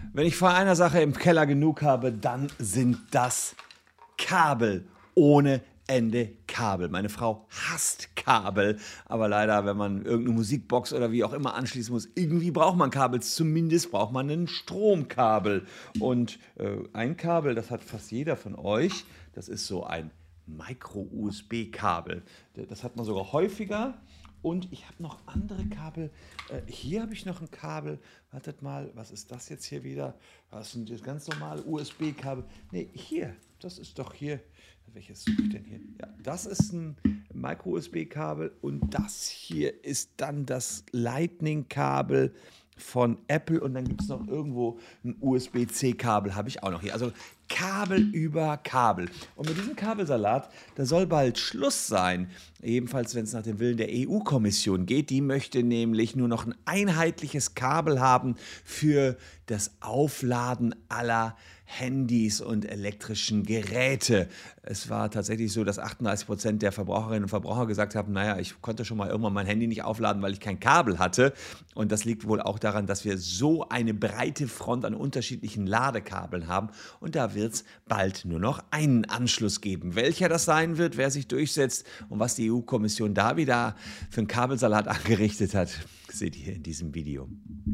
Wenn ich von einer Sache im Keller genug habe, dann sind das Kabel. Ohne Ende Kabel. Meine Frau hasst Kabel, aber leider, wenn man irgendeine Musikbox oder wie auch immer anschließen muss, irgendwie braucht man Kabel. Zumindest braucht man ein Stromkabel. Und ein Kabel, das hat fast jeder von euch, das ist so ein Micro-USB-Kabel. Das hat man sogar häufiger. Und ich habe noch andere Kabel. Hier habe ich noch ein Kabel. Wartet mal, was ist das jetzt hier wieder? Das sind das ganz normale USB-Kabel. Nee, hier, das ist doch hier. Welches suche ich denn hier? Ja, das ist ein Micro-USB-Kabel und das hier ist dann das Lightning-Kabel von Apple und dann gibt es noch irgendwo ein USB-C-Kabel, habe ich auch noch hier. Also Kabel über Kabel. Und mit diesem Kabelsalat, da soll bald Schluss sein. Ebenfalls, wenn es nach dem Willen der EU-Kommission geht. Die möchte nämlich nur noch ein einheitliches Kabel haben für das Aufladen aller Handys und elektrischen Geräte. Es war tatsächlich so, dass 38% der Verbraucherinnen und Verbraucher gesagt haben, naja, ich konnte schon mal irgendwann mein Handy nicht aufladen, weil ich kein Kabel hatte. Und das liegt wohl auch daran, dass wir so eine breite Front an unterschiedlichen Ladekabeln haben. Und da wird es bald nur noch einen Anschluss geben. Welcher das sein wird, wer sich durchsetzt und was die EU-Kommission da wieder für einen Kabelsalat angerichtet hat, seht ihr in diesem Video.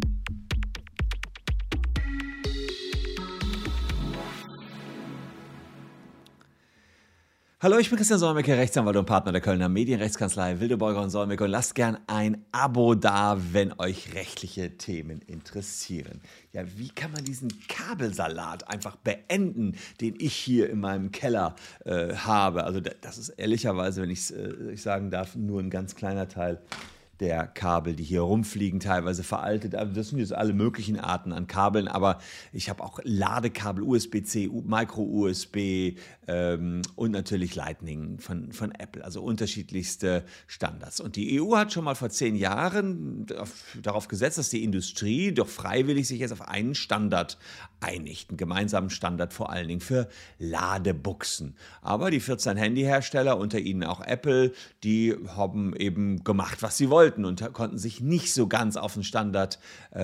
Hallo, ich bin Christian Solmecke, Rechtsanwalt und Partner der Kölner Medienrechtskanzlei Wildeborger und Solmecke und lasst gern ein Abo da, wenn euch rechtliche Themen interessieren. Ja, wie kann man diesen Kabelsalat einfach beenden, den ich hier in meinem Keller habe? Also das ist ehrlicherweise, wenn ich sagen darf, nur ein ganz kleiner Teil der Kabel, die hier rumfliegen, teilweise veraltet. Also das sind jetzt alle möglichen Arten an Kabeln, aber ich habe auch Ladekabel, USB-C, Micro-USB und natürlich Lightning von Apple, also unterschiedlichste Standards. Und die EU hat schon mal vor 10 Jahren darauf gesetzt, dass die Industrie doch freiwillig sich jetzt auf einen Standard einigt, einen gemeinsamen Standard vor allen Dingen für Ladebuchsen. Aber die 14 Handyhersteller, unter ihnen auch Apple, die haben eben gemacht, was sie wollten und konnten sich nicht so ganz auf den Standard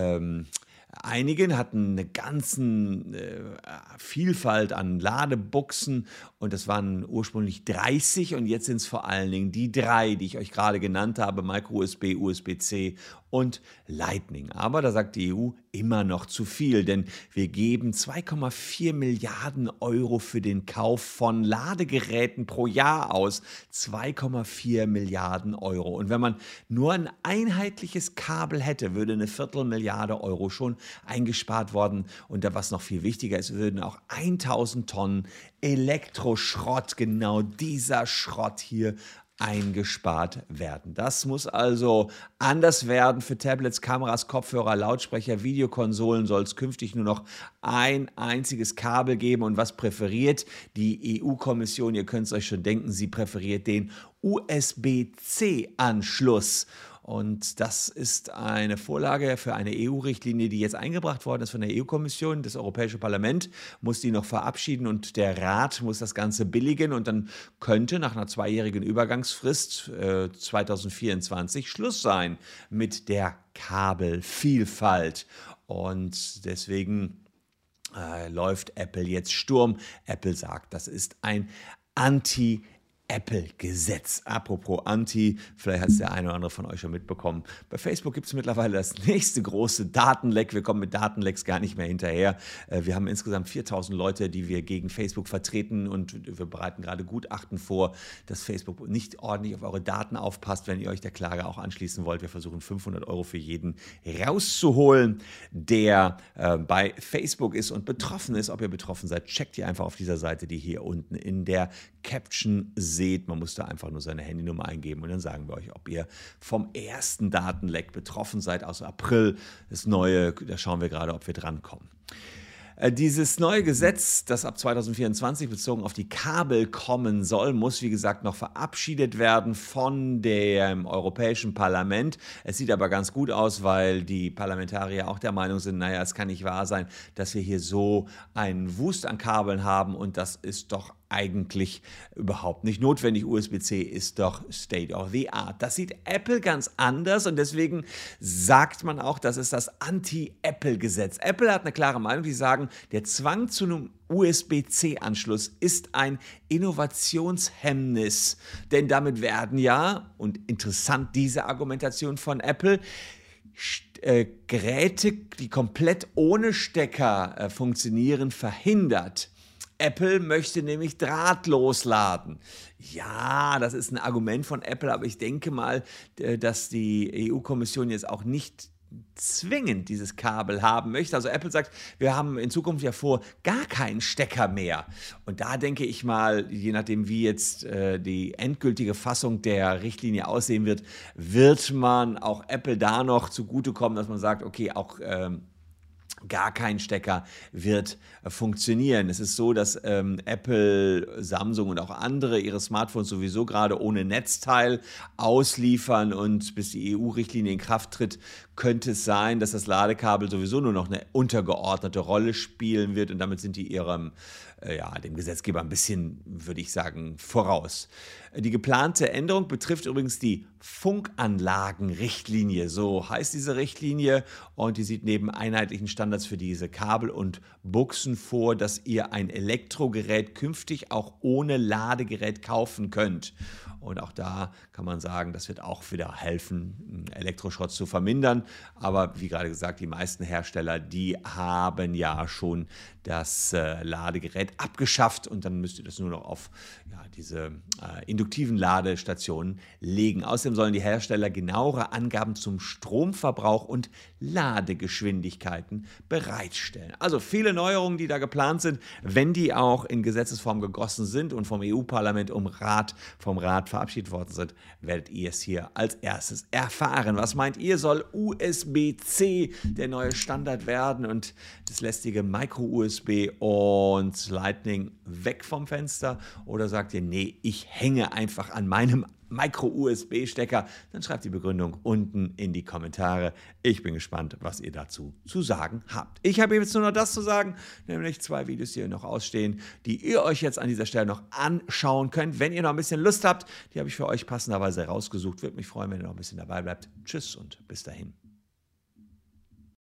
einigen, hatten eine ganze Vielfalt an Ladebuchsen und das waren ursprünglich 30 und jetzt sind es vor allen Dingen die 3, die ich euch gerade genannt habe, Micro-USB, USB-C und Lightning. Aber da sagt die EU immer noch zu viel, denn wir geben 2,4 Milliarden Euro für den Kauf von Ladegeräten pro Jahr aus. 2,4 Milliarden Euro. Und wenn man nur ein einheitliches Kabel hätte, würde eine Viertelmilliarde Euro schon eingespart worden. Und da, was noch viel wichtiger ist, würden auch 1000 Tonnen Elektroschrott, genau dieser Schrott hier, eingespart werden. Das muss also anders werden. Für Tablets, Kameras, Kopfhörer, Lautsprecher, Videokonsolen soll es künftig nur noch ein einziges Kabel geben. Und was präferiert die EU-Kommission? Ihr könnt es euch schon denken, sie präferiert den USB-C-Anschluss. Und das ist eine Vorlage für eine EU-Richtlinie, die jetzt eingebracht worden ist von der EU-Kommission. Das Europäische Parlament muss die noch verabschieden und der Rat muss das Ganze billigen. Und dann könnte nach einer 2-jährigen Übergangsfrist 2024 Schluss sein mit der Kabelvielfalt. Und deswegen läuft Apple jetzt Sturm. Apple sagt, das ist ein Apple-Gesetz. Apropos Anti, vielleicht hat es der eine oder andere von euch schon mitbekommen. Bei Facebook gibt es mittlerweile das nächste große Datenleck. Wir kommen mit Datenlecks gar nicht mehr hinterher. Wir haben insgesamt 4000 Leute, die wir gegen Facebook vertreten und wir bereiten gerade Gutachten vor, dass Facebook nicht ordentlich auf eure Daten aufpasst. Wenn ihr euch der Klage auch anschließen wollt, wir versuchen 500 Euro für jeden rauszuholen, der bei Facebook ist und betroffen ist. Ob ihr betroffen seid, checkt ihr einfach auf dieser Seite, die hier unten in der Caption seht. Man muss da einfach nur seine Handynummer eingeben und dann sagen wir euch, ob ihr vom ersten Datenleck betroffen seid aus April. Das neue, da schauen wir gerade, ob wir drankommen. Dieses neue Gesetz, das ab 2024 bezogen auf die Kabel kommen soll, muss wie gesagt noch verabschiedet werden von dem Europäischen Parlament. Es sieht aber ganz gut aus, weil die Parlamentarier auch der Meinung sind, naja, es kann nicht wahr sein, dass wir hier so einen Wust an Kabeln haben und das ist doch eigentlich überhaupt nicht notwendig. USB-C ist doch State of the Art. Das sieht Apple ganz anders und deswegen sagt man auch, das ist das Anti-Apple-Gesetz. Apple hat eine klare Meinung, die sagen, der Zwang zu einem USB-C-Anschluss ist ein Innovationshemmnis, denn damit werden ja, und interessant diese Argumentation von Apple, Geräte, die komplett ohne Stecker funktionieren, verhindert. Apple möchte nämlich drahtlos laden. Ja, das ist ein Argument von Apple, aber ich denke mal, dass die EU-Kommission jetzt auch nicht zwingend dieses Kabel haben möchte. Also Apple sagt, wir haben in Zukunft ja vor, gar keinen Stecker mehr. Und da denke ich mal, je nachdem wie jetzt die endgültige Fassung der Richtlinie aussehen wird, wird man auch Apple da noch zugutekommen, dass man sagt, okay, auch gar kein Stecker wird funktionieren. Es ist so, dass Apple, Samsung und auch andere ihre Smartphones sowieso gerade ohne Netzteil ausliefern und bis die EU-Richtlinie in Kraft tritt, könnte es sein, dass das Ladekabel sowieso nur noch eine untergeordnete Rolle spielen wird und damit sind die dem Gesetzgeber ein bisschen, würde ich sagen, voraus. Die geplante Änderung betrifft übrigens die Funkanlagenrichtlinie, so heißt diese Richtlinie und die sieht neben einheitlichen Standards für diese Kabel und Buchsen vor, dass ihr ein Elektrogerät künftig auch ohne Ladegerät kaufen könnt. Und auch da kann man sagen, das wird auch wieder helfen, Elektroschrott zu vermindern. Aber wie gerade gesagt, die meisten Hersteller, die haben ja schon das Ladegerät abgeschafft und dann müsst ihr das nur noch auf diese induktiven Ladestationen legen. Außerdem sollen die Hersteller genauere Angaben zum Stromverbrauch und Ladegeschwindigkeiten bereitstellen. Also viele Neuerungen, die da geplant sind, wenn die auch in Gesetzesform gegossen sind und vom EU-Parlament vom Rat verabschiedet worden sind, werdet ihr es hier als erstes erfahren. Was meint ihr, soll USB-C der neue Standard werden und das lästige Micro-USB und Lightning weg vom Fenster? Oder sagt ihr, nee, ich hänge einfach an meinem Micro-USB-Stecker? Dann schreibt die Begründung unten in die Kommentare. Ich bin gespannt, was ihr dazu zu sagen habt. Ich habe jetzt nur noch das zu sagen, nämlich 2 Videos, die hier noch ausstehen, die ihr euch jetzt an dieser Stelle noch anschauen könnt. Wenn ihr noch ein bisschen Lust habt, die habe ich für euch passenderweise rausgesucht. Würde mich freuen, wenn ihr noch ein bisschen dabei bleibt. Tschüss und bis dahin.